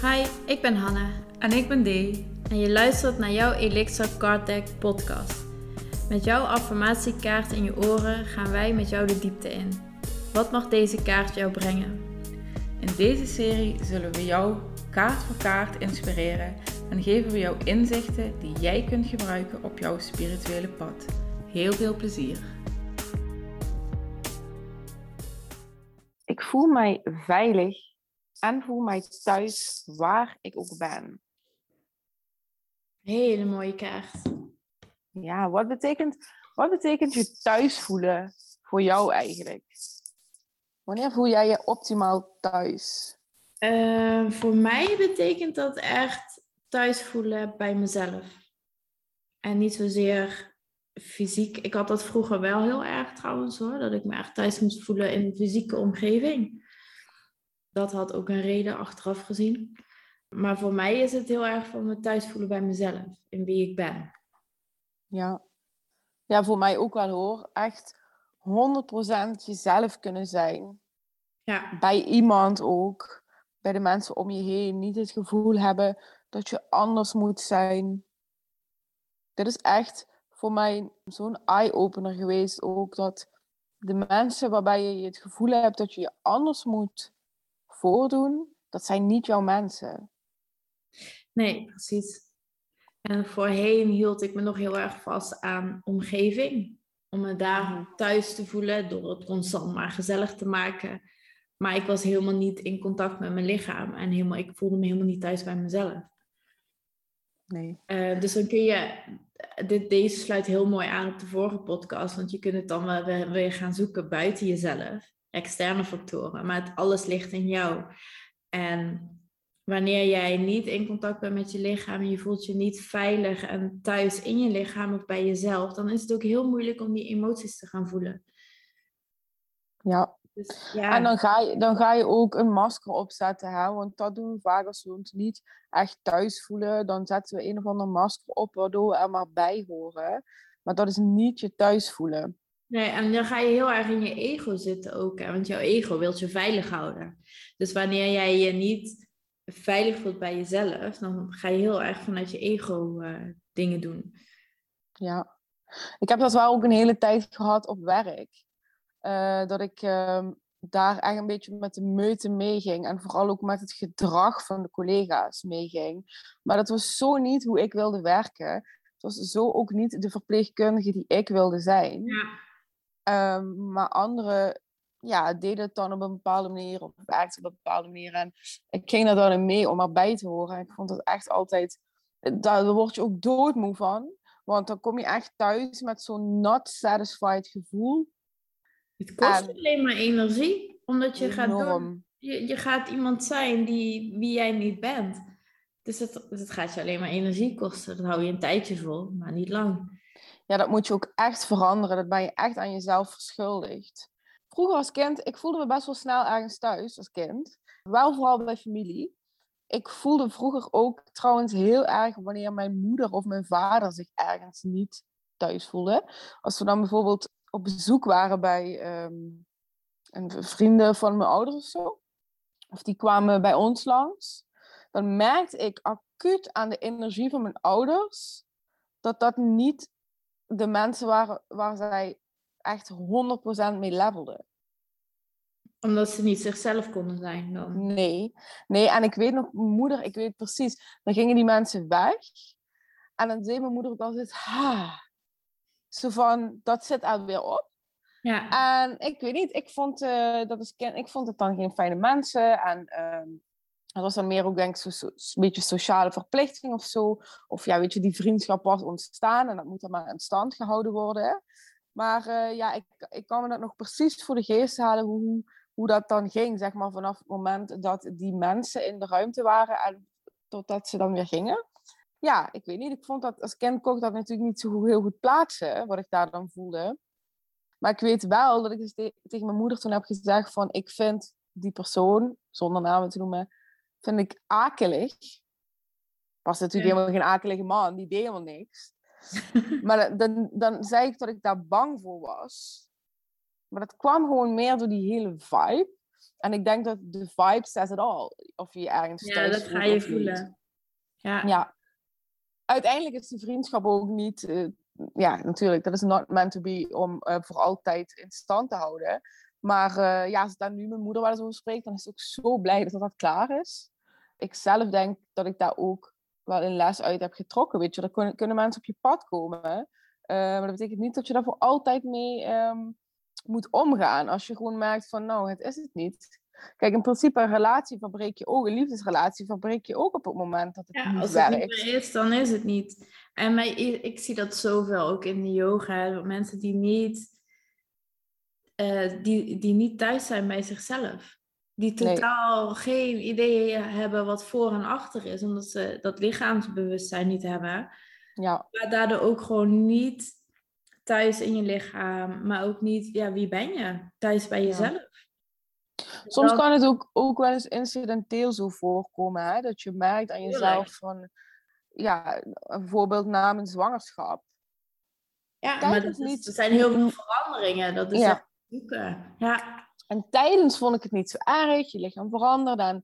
Hi, ik ben Hanna. En ik ben Dee. En je luistert naar jouw Elixir Card Deck podcast. Met jouw affirmatiekaart in je oren gaan wij met jou de diepte in. Wat mag deze kaart jou brengen? In deze serie zullen we jou kaart voor kaart inspireren en geven we jou inzichten die jij kunt gebruiken op jouw spirituele pad. Heel veel plezier! Ik voel mij veilig en voel mij thuis waar ik ook ben. Hele mooie kaart. Ja, wat betekent je thuis voelen voor jou eigenlijk? Wanneer voel jij je optimaal thuis? Voor mij betekent dat echt thuis voelen bij mezelf. En niet zozeer fysiek. Ik had dat vroeger wel heel erg trouwens hoor. Dat ik me echt thuis moest voelen in een fysieke omgeving. Dat had ook een reden achteraf gezien. Maar voor mij is het heel erg van me thuis voelen bij mezelf. In wie ik ben. Ja, voor mij ook wel hoor. Echt 100% jezelf kunnen zijn. Ja. Bij iemand ook. Bij de mensen om je heen. Niet het gevoel hebben dat je anders moet zijn. Dit is echt voor mij zo'n eye-opener geweest ook. Dat de mensen waarbij je het gevoel hebt dat je je anders moet voordoen. Dat zijn niet jouw mensen. Nee, precies. En voorheen hield ik me nog heel erg vast aan omgeving. Om me daar thuis te voelen door het constant maar gezellig te maken. Maar ik was helemaal niet in contact met mijn lichaam. En ik voelde me helemaal niet thuis bij mezelf. Nee. Dus dan kun je... Deze sluit heel mooi aan op de vorige podcast. Want je kunt het dan wel weer gaan zoeken buiten jezelf. Externe factoren. Maar alles ligt in jou. En... wanneer jij niet in contact bent met je lichaam en je voelt je niet veilig en thuis in je lichaam of bij jezelf, dan is het ook heel moeilijk om die emoties te gaan voelen. Ja. Dus, ja. En dan ga je ook een masker opzetten, hè? Want dat doen we vaak als we ons niet echt thuis voelen. Dan zetten we een of ander masker op, waardoor we er maar bij horen. Maar dat is niet je thuis voelen. Nee, en dan ga je heel erg in je ego zitten ook, hè? Want jouw ego wil je veilig houden. Dus wanneer jij je niet veilig voelt bij jezelf, dan ga je heel erg vanuit je ego dingen doen. Ja, ik heb dat wel ook een hele tijd gehad op werk. Dat ik daar echt een beetje met de meute meeging. En vooral ook met het gedrag van de collega's meeging. Maar dat was zo niet hoe ik wilde werken. Het was zo ook niet de verpleegkundige die ik wilde zijn. Ja. Maar anderen deden het dan op een bepaalde manier. Of werkten op een bepaalde manier. En ik ging daar dan in mee om erbij te horen. En ik vond dat echt altijd... Daar word je ook doodmoe van. Want dan kom je echt thuis met zo'n not satisfied gevoel. Het kost alleen maar energie, omdat je gaat doen. Je gaat iemand zijn wie jij niet bent. Dus het gaat je alleen maar energie kosten. Dat hou je een tijdje vol, maar niet lang. Ja, dat moet je ook echt veranderen. Dat ben je echt aan jezelf verschuldigd. Vroeger als kind, ik voelde me best wel snel ergens thuis als kind. Wel vooral bij familie. Ik voelde vroeger ook trouwens heel erg wanneer mijn moeder of mijn vader zich ergens niet thuis voelden. Als we dan bijvoorbeeld op bezoek waren bij vrienden van mijn ouders of zo. Of die kwamen bij ons langs. Dan merkte ik acuut aan de energie van mijn ouders dat niet de mensen waren waar zij echt 100% mee levelden. Omdat ze niet zichzelf konden zijn dan. Nee, en ik weet nog, mijn moeder, ik weet precies, dan gingen die mensen weg. En dan deed mijn moeder ook altijd, zo van, dat zit alweer op. Ja. En ik weet niet, ik vond het dan geen fijne mensen. En dat was dan meer ook, denk ik, een beetje sociale verplichting of zo. Of ja, weet je, die vriendschap was ontstaan en dat moet dan maar in stand gehouden worden. Maar ik kan me dat nog precies voor de geest halen hoe dat dan ging, zeg maar, vanaf het moment dat die mensen in de ruimte waren en totdat ze dan weer gingen. Ja, ik weet niet, ik vond dat als kind kon ik dat natuurlijk niet zo heel goed plaatsen, wat ik daar dan voelde. Maar ik weet wel dat ik dus tegen mijn moeder toen heb gezegd van, ik vind die persoon, zonder namen te noemen, vind ik akelig. Was natuurlijk helemaal geen akelige man, die deed helemaal niks. Maar dan zei ik dat ik daar bang voor was. Maar dat kwam gewoon meer door die hele vibe. En ik denk dat de vibe says it all. Of je ergens Ja, thuis dat voelt ga je of niet. voelen. Ja. Ja. Uiteindelijk is die vriendschap ook niet... ja, natuurlijk, dat is not meant to be om voor altijd in stand te houden. Maar als daar nu mijn moeder wel eens over spreekt, dan is ze ook zo blij dat klaar is. Ik zelf denk dat ik daar ook wel een les uit heb getrokken. Weet je, er kunnen mensen op je pad komen. Maar dat betekent niet dat je daar voor altijd mee moet omgaan. Als je gewoon merkt van, nou, het is het niet. Kijk, in principe een relatie verbreek je ook, een liefdesrelatie verbreek je ook op het moment dat het niet Als het werkt. niet meer is, dan is het niet. En ik zie dat zoveel ook in de yoga. Mensen die niet thuis zijn bij zichzelf. Die totaal geen idee hebben wat voor en achter is. Omdat ze dat lichaamsbewustzijn niet hebben. Ja. Maar daardoor ook gewoon niet thuis in je lichaam. Maar ook niet, wie ben je? Thuis bij jezelf. Ja. Soms kan het ook wel eens incidenteel zo voorkomen. Hè? Dat je merkt aan jezelf van... Ja, bijvoorbeeld na een zwangerschap. Ja, maar er zijn heel veel veranderingen. Dat is echt zoeken. Ja. En tijdens vond ik het niet zo erg. Je lichaam verandert. En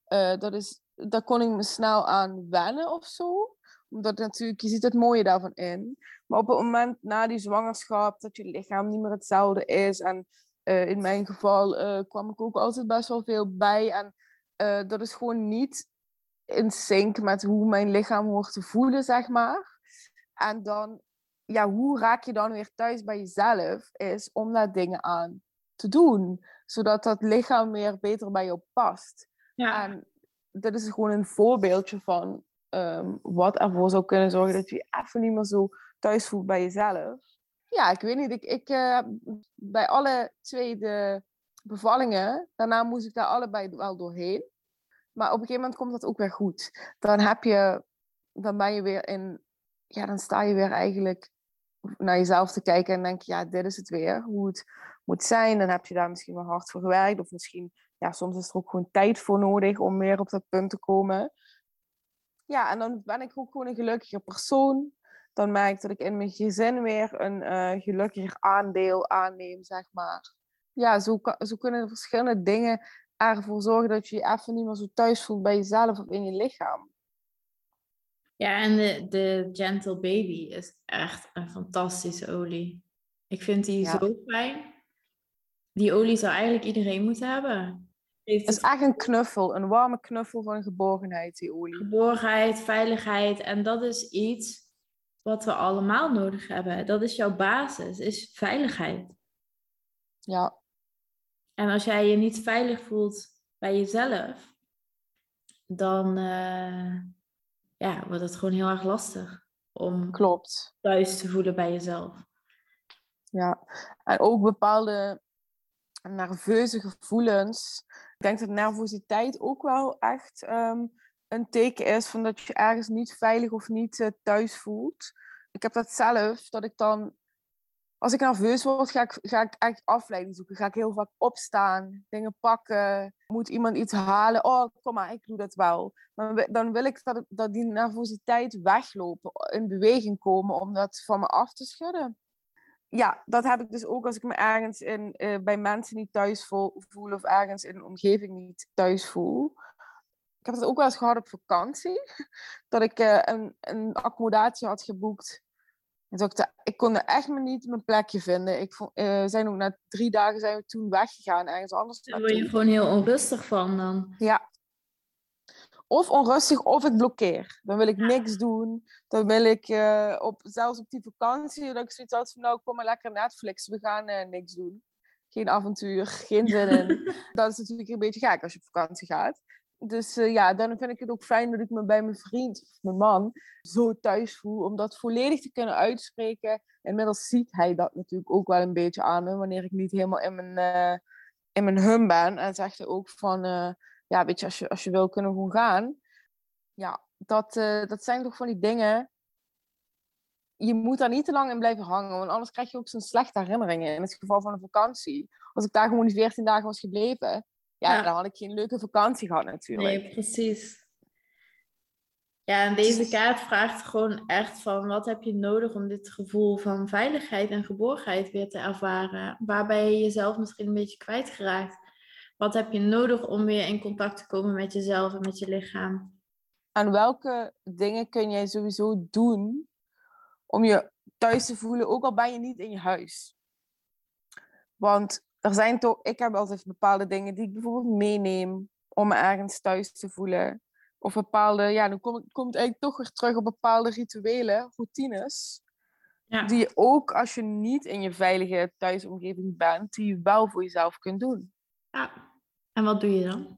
daar kon ik me snel aan wennen of zo. Omdat natuurlijk, je ziet het mooie daarvan in. Maar op het moment na die zwangerschap, dat je lichaam niet meer hetzelfde is. En in mijn geval kwam ik ook altijd best wel veel bij. En dat is gewoon niet in sync met hoe mijn lichaam hoort te voelen, zeg maar. En dan, hoe raak je dan weer thuis bij jezelf? Is om daar dingen aan te doen. Zodat dat lichaam weer beter bij je past. Ja. En dit is gewoon een voorbeeldje van wat ervoor zou kunnen zorgen dat je je even niet meer zo thuis voelt bij jezelf. Ja, ik weet niet. Ik bij alle 2 de bevallingen, daarna moest ik daar allebei wel doorheen. Maar op een gegeven moment komt dat ook weer goed. Dan ben je weer dan sta je weer eigenlijk naar jezelf te kijken en denk je, dit is het weer, hoe het moet zijn. Dan heb je daar misschien wel hard voor gewerkt. Of misschien, soms is er ook gewoon tijd voor nodig om weer op dat punt te komen. Ja, en dan ben ik ook gewoon een gelukkiger persoon. Dan merk ik dat ik in mijn gezin weer een gelukkiger aandeel aanneem, zeg maar. Ja, zo kunnen verschillende dingen ervoor zorgen dat je je even niet meer zo thuis voelt bij jezelf of in je lichaam. Ja, en de Gentle Baby is echt een fantastische olie. Ik vind die zo fijn. Die olie zou eigenlijk iedereen moeten hebben. Het is echt een knuffel, een warme knuffel van geborgenheid, die olie. Geborgenheid, veiligheid. En dat is iets wat we allemaal nodig hebben. Dat is jouw basis, is veiligheid. Ja. En als jij je niet veilig voelt bij jezelf, dan wordt het gewoon heel erg lastig om thuis te voelen bij jezelf. Ja, en ook bepaalde nerveuze gevoelens. Ik denk dat nervositeit ook wel echt een teken is van dat je ergens niet veilig of niet thuis voelt. Ik heb dat zelf, dat ik dan, als ik nerveus word, ga ik echt afleiding zoeken. Ga ik heel vaak opstaan, dingen pakken. Moet iemand iets halen? Oh, kom maar, ik doe dat wel. Maar dan wil ik dat die nervositeit weglopen, in beweging komen, om dat van me af te schudden. Ja, dat heb ik dus ook als ik me ergens bij mensen niet thuis voel of ergens in een omgeving niet thuis voel. Ik heb het ook wel eens gehad op vakantie. Dat ik een accommodatie had geboekt. En ik kon er echt maar niet mijn plekje vinden. Zijn ook na 3 dagen zijn we toen weggegaan ergens anders. Daar word je gewoon heel onrustig van dan. Ja. Of onrustig of ik blokkeer. Dan wil ik niks doen. Dan wil ik zelfs op die vakantie dat ik zoiets had van, nou, kom maar lekker Netflix. We gaan niks doen. Geen avontuur, geen zin in. Dat is natuurlijk een beetje gek als je op vakantie gaat. Dus dan vind ik het ook fijn dat ik me bij mijn vriend of mijn man zo thuis voel. Om dat volledig te kunnen uitspreken. Inmiddels ziet hij dat natuurlijk ook wel een beetje aan me. Wanneer ik niet helemaal in mijn hum ben. En zegt hij ook van... weet je, als je wil, kunnen we gewoon gaan. Ja, dat zijn toch van die dingen. Je moet daar niet te lang in blijven hangen, want anders krijg je ook zo'n slechte herinneringen. In het geval van een vakantie. Als ik daar gewoon die 14 dagen was gebleven, dan had ik geen leuke vakantie gehad natuurlijk. Nee, precies. Ja, en deze kaart vraagt gewoon echt van, wat heb je nodig om dit gevoel van veiligheid en geborgenheid weer te ervaren? Waarbij je jezelf misschien een beetje kwijtgeraakt. Wat heb je nodig om weer in contact te komen met jezelf en met je lichaam? En welke dingen kun jij sowieso doen om je thuis te voelen, ook al ben je niet in je huis? Want er zijn toch, ik heb altijd bepaalde dingen die ik bijvoorbeeld meeneem om me ergens thuis te voelen. Of bepaalde, ja, dan komt het eigenlijk toch weer terug op bepaalde rituelen, routines. Ja. Die je ook als je niet in je veilige thuisomgeving bent, die je wel voor jezelf kunt doen. Ja. En wat doe je dan?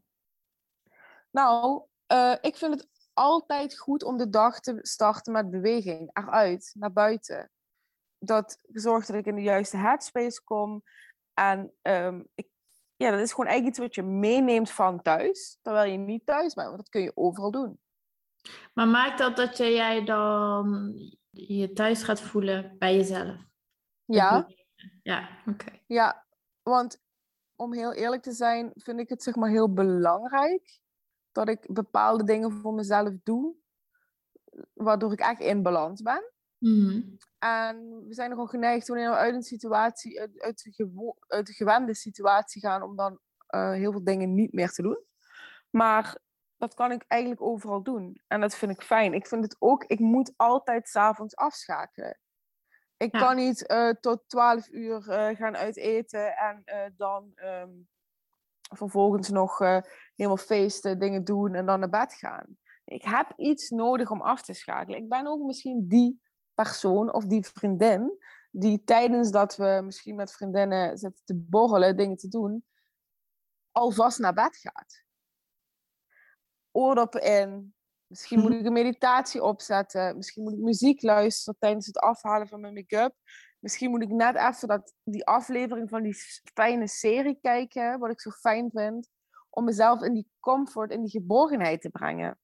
Nou, ik vind het altijd goed om de dag te starten met beweging. Eruit, naar buiten. Dat zorgt dat ik in de juiste headspace kom. En dat is gewoon eigenlijk iets wat je meeneemt van thuis. Terwijl je niet thuis bent, want dat kun je overal doen. Maar maakt dat jij dan je thuis gaat voelen bij jezelf? Ja. Ja, oké. Ja, want om heel eerlijk te zijn, vind ik het zeg maar heel belangrijk dat ik bepaalde dingen voor mezelf doe, waardoor ik echt in balans ben. Mm-hmm. En we zijn nogal geneigd wanneer we uit een situatie, uit de gewende situatie gaan, om dan heel veel dingen niet meer te doen. Maar dat kan ik eigenlijk overal doen. En dat vind ik fijn. Ik vind het ook, ik moet altijd 's avonds afschakelen. Ik kan niet tot 12 uur gaan uiteten en dan vervolgens nog helemaal feesten, dingen doen en dan naar bed gaan. Ik heb iets nodig om af te schakelen. Ik ben ook misschien die persoon of die vriendin die tijdens dat we misschien met vriendinnen zitten te borrelen, dingen te doen, alvast naar bed gaat. Oordoppen in. Misschien moet ik een meditatie opzetten. Misschien moet ik muziek luisteren tijdens het afhalen van mijn make-up. Misschien moet ik net even die aflevering van die fijne serie kijken, wat ik zo fijn vind, om mezelf in die comfort, in die geborgenheid te brengen.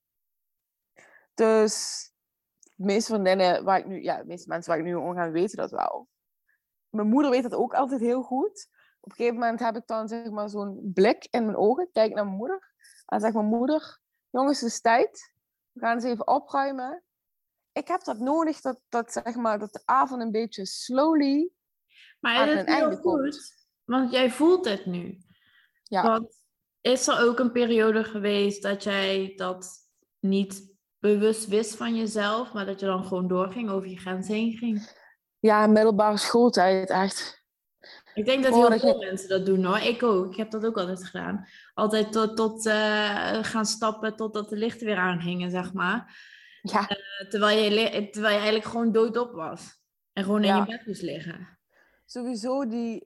Dus de meeste vriendinnen de meeste mensen waar ik nu omga weten dat wel. Mijn moeder weet dat ook altijd heel goed. Op een gegeven moment heb ik dan zeg maar zo'n blik in mijn ogen, kijk naar mijn moeder en zeg mijn moeder, jongens, het is tijd. We gaan eens even opruimen. Ik heb dat nodig, dat de avond een beetje slowly aan een einde komt. Want jij voelt het nu. Ja. Want is er ook een periode geweest dat jij dat niet bewust wist van jezelf, maar dat je dan gewoon doorging, over je grens heen ging? Ja, middelbare schooltijd, echt. Ik denk dat heel veel mensen dat doen hoor. Ik ook. Ik heb dat ook altijd gedaan. Altijd tot gaan stappen totdat de lichten weer aangingen, zeg maar. Ja. Terwijl je eigenlijk gewoon doodop was. En gewoon in je bed moest liggen. Sowieso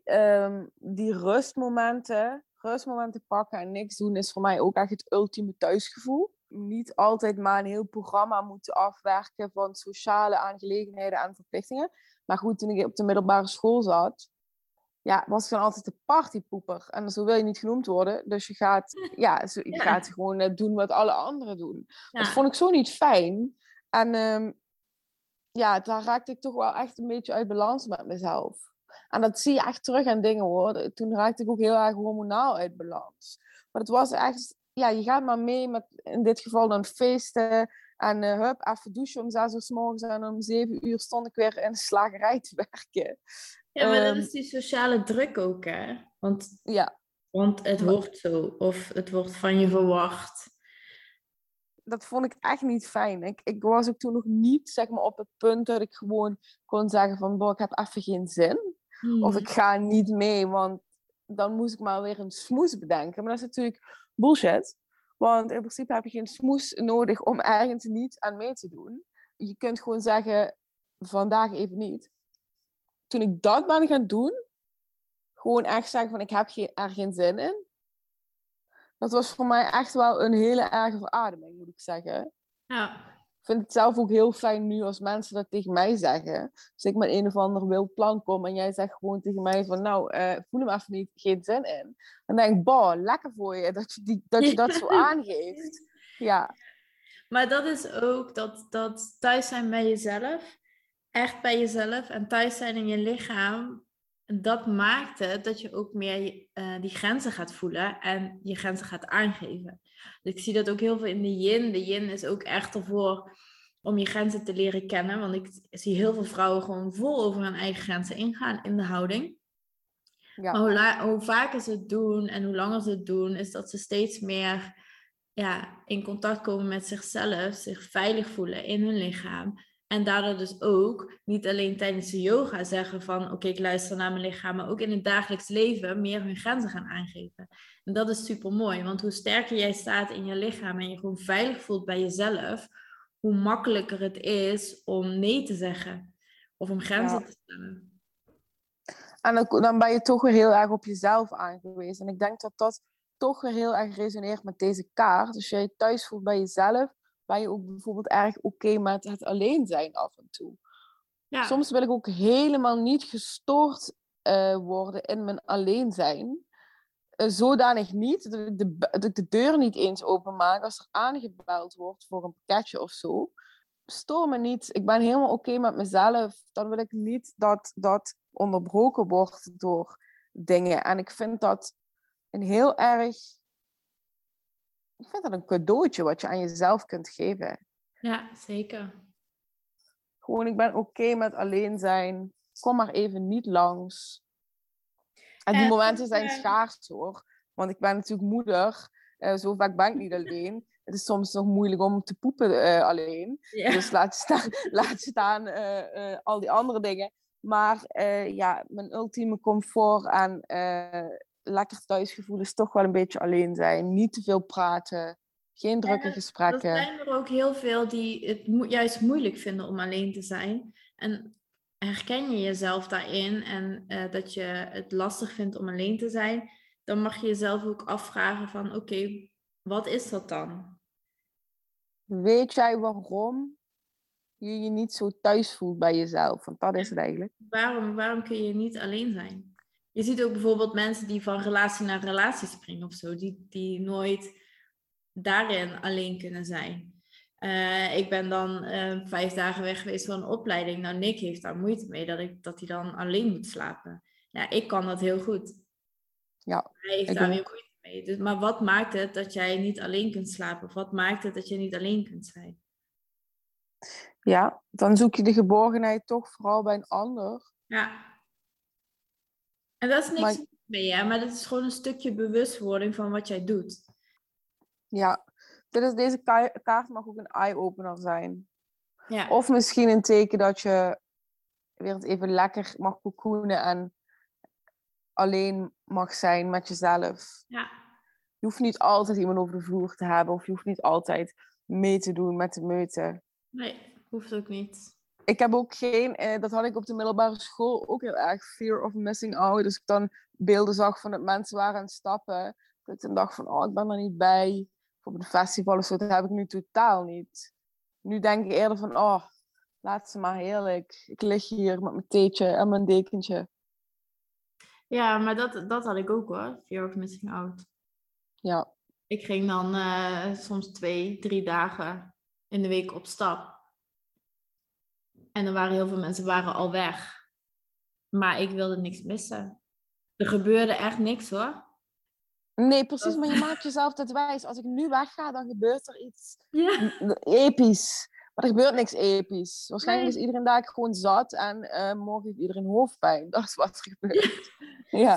die rustmomenten pakken en niks doen is voor mij ook echt het ultieme thuisgevoel. Niet altijd maar een heel programma moeten afwerken van sociale aangelegenheden en verplichtingen. Maar goed, toen ik op de middelbare school zat, was ik dan altijd de partypoeper. En zo wil je niet genoemd worden. Dus je gaat gewoon doen wat alle anderen doen. Ja. Dat vond ik zo niet fijn. En daar raakte ik toch wel echt een beetje uit balans met mezelf. En dat zie je echt terug aan dingen hoor. Toen raakte ik ook heel erg hormonaal uit balans. Maar het was echt, je gaat maar mee met in dit geval dan feesten. En even douchen om 6 uur 's morgens en om 7 uur stond ik weer in de slagerij te werken. Ja, maar dat is die sociale druk ook, hè? Want het hoort zo. Of het wordt van je verwacht. Dat vond ik echt niet fijn. Ik was ook toen nog niet zeg maar, op het punt dat ik gewoon kon zeggen van... ik heb even geen zin. Of ik ga niet mee, want dan moest ik maar weer een smoes bedenken. Maar dat is natuurlijk bullshit. Want in principe heb je geen smoes nodig om ergens niet aan mee te doen. Je kunt gewoon zeggen, vandaag even niet. Toen ik dat ben gaan doen, gewoon echt zeggen van ik heb er geen zin in. Dat was voor mij echt wel een hele erge verademing, moet ik zeggen. Ja. Ik vind het zelf ook heel fijn nu als mensen dat tegen mij zeggen. Dus ik met een of ander wild plan kom en jij zegt gewoon tegen mij van voel hem even niet, geen zin in. Dan denk ik, lekker voor je dat je dat zo aangeeft. Ja. Maar dat is ook dat thuis zijn bij jezelf, echt bij jezelf en thuis zijn in je lichaam, dat maakt het dat je ook meer die grenzen gaat voelen en je grenzen gaat aangeven. Dus ik zie dat ook heel veel in de yin. De yin is ook echt ervoor om je grenzen te leren kennen. Want ik zie heel veel vrouwen gewoon vol over hun eigen grenzen ingaan in de houding. Ja. Maar hoe vaker ze het doen en hoe langer ze het doen, is dat ze steeds meer in contact komen met zichzelf, zich veilig voelen in hun lichaam. En daardoor dus ook niet alleen tijdens de yoga zeggen van oké, ik luister naar mijn lichaam, maar ook in het dagelijks leven meer hun grenzen gaan aangeven. En dat is super mooi, want hoe sterker jij staat in je lichaam en je gewoon veilig voelt bij jezelf, hoe makkelijker het is om nee te zeggen of om grenzen te stellen. En dan ben je toch weer heel erg op jezelf aangewezen. En ik denk dat dat toch weer heel erg resoneert met deze kaart. Als jij je thuis voelt bij jezelf, ben je ook bijvoorbeeld erg oké met het alleen zijn af en toe. Ja. Soms wil ik ook helemaal niet gestoord worden in mijn alleen zijn. Zodanig niet dat ik de deur niet eens openmaak als er aangebeld wordt voor een pakketje of zo. Stoor me niet. Ik ben helemaal oké met mezelf. Dan wil ik niet dat dat onderbroken wordt door dingen. En ik vind dat een cadeautje wat je aan jezelf kunt geven. Ja, zeker. Gewoon, ik ben oké met alleen zijn. Kom maar even niet langs. En die momenten zijn schaars hoor. Want ik ben natuurlijk moeder. Zo vaak ben ik niet alleen. Het is soms nog moeilijk om te poepen alleen. Ja. Dus laat staan al die andere dingen. Maar mijn ultieme comfort en lekker thuisgevoel is toch wel een beetje alleen zijn. Niet te veel praten. Geen drukke gesprekken. Er zijn er ook heel veel die het juist moeilijk vinden om alleen te zijn. En herken je jezelf daarin en dat je het lastig vindt om alleen te zijn, dan mag je jezelf ook afvragen van oké, wat is dat dan? Weet jij waarom je je niet zo thuis voelt bij jezelf? Want dat is het eigenlijk. Waarom kun je niet alleen zijn? Je ziet ook bijvoorbeeld mensen die van relatie naar relatie springen of zo, die nooit daarin alleen kunnen zijn. Ik ben dan 5 dagen weg geweest voor een opleiding. Nou, Nick heeft daar moeite mee dat hij dan alleen moet slapen. Ja, ik kan dat heel goed. Ja, hij heeft daar weer moeite mee. Dus, maar wat maakt het dat jij niet alleen kunt slapen? Of wat maakt het dat je niet alleen kunt zijn? Ja, dan zoek je de geborgenheid toch vooral bij een ander. Ja. En dat is niks mee, hè? Maar dat is gewoon een stukje bewustwording van wat jij doet. Ja, deze kaart mag ook een eye-opener zijn. Ja. Of misschien een teken dat je weer even lekker mag cocoonen en alleen mag zijn met jezelf. Ja. Je hoeft niet altijd iemand over de vloer te hebben. Of je hoeft niet altijd mee te doen met de meute. Nee, hoeft ook niet. Ik heb ook dat had ik op de middelbare school ook heel erg, fear of missing out. Dus ik dan beelden zag van dat mensen waren aan het stappen. Dat ik dan dacht van, ik ben er niet bij. Of op een festival of zo, dat heb ik nu totaal niet. Nu denk ik eerder van, laat ze maar heerlijk. Ik lig hier met mijn theetje en mijn dekentje. Ja, maar dat had ik ook hoor, fear of missing out. Ja. Ik ging dan soms 2-3 dagen in de week op stap. En er waren heel veel mensen al weg. Maar ik wilde niks missen. Er gebeurde echt niks hoor. Nee, precies, maar je maakt jezelf dat wijs. Als ik nu wegga, dan gebeurt er iets episch. Maar er gebeurt niks episch. Waarschijnlijk is iedereen daar gewoon zat en morgen heeft iedereen hoofdpijn. Dat is wat er gebeurt. Ja.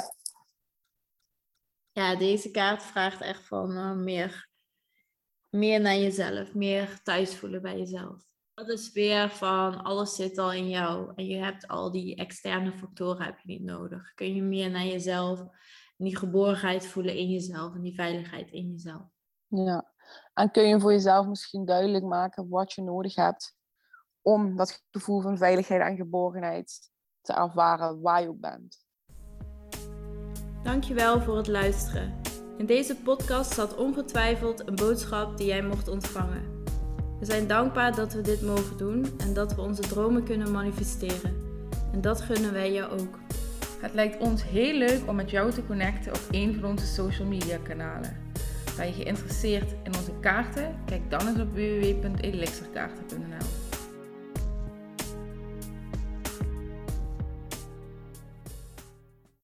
Ja, deze kaart vraagt echt van meer naar jezelf. Meer thuis voelen bij jezelf. Dat is weer van alles zit al in jou. En je hebt al die externe factoren heb je niet nodig. Kun je meer naar jezelf en die geborgenheid voelen in jezelf. En die veiligheid in jezelf. Ja. En kun je voor jezelf misschien duidelijk maken wat je nodig hebt om dat gevoel van veiligheid en geborgenheid te ervaren waar je ook bent. Dankjewel voor het luisteren. In deze podcast zat ongetwijfeld een boodschap die jij mocht ontvangen. We zijn dankbaar dat we dit mogen doen en dat we onze dromen kunnen manifesteren. En dat gunnen wij jou ook. Het lijkt ons heel leuk om met jou te connecten op een van onze social media kanalen. Ben je geïnteresseerd in onze kaarten? Kijk dan eens op www.elixirkaarten.nl.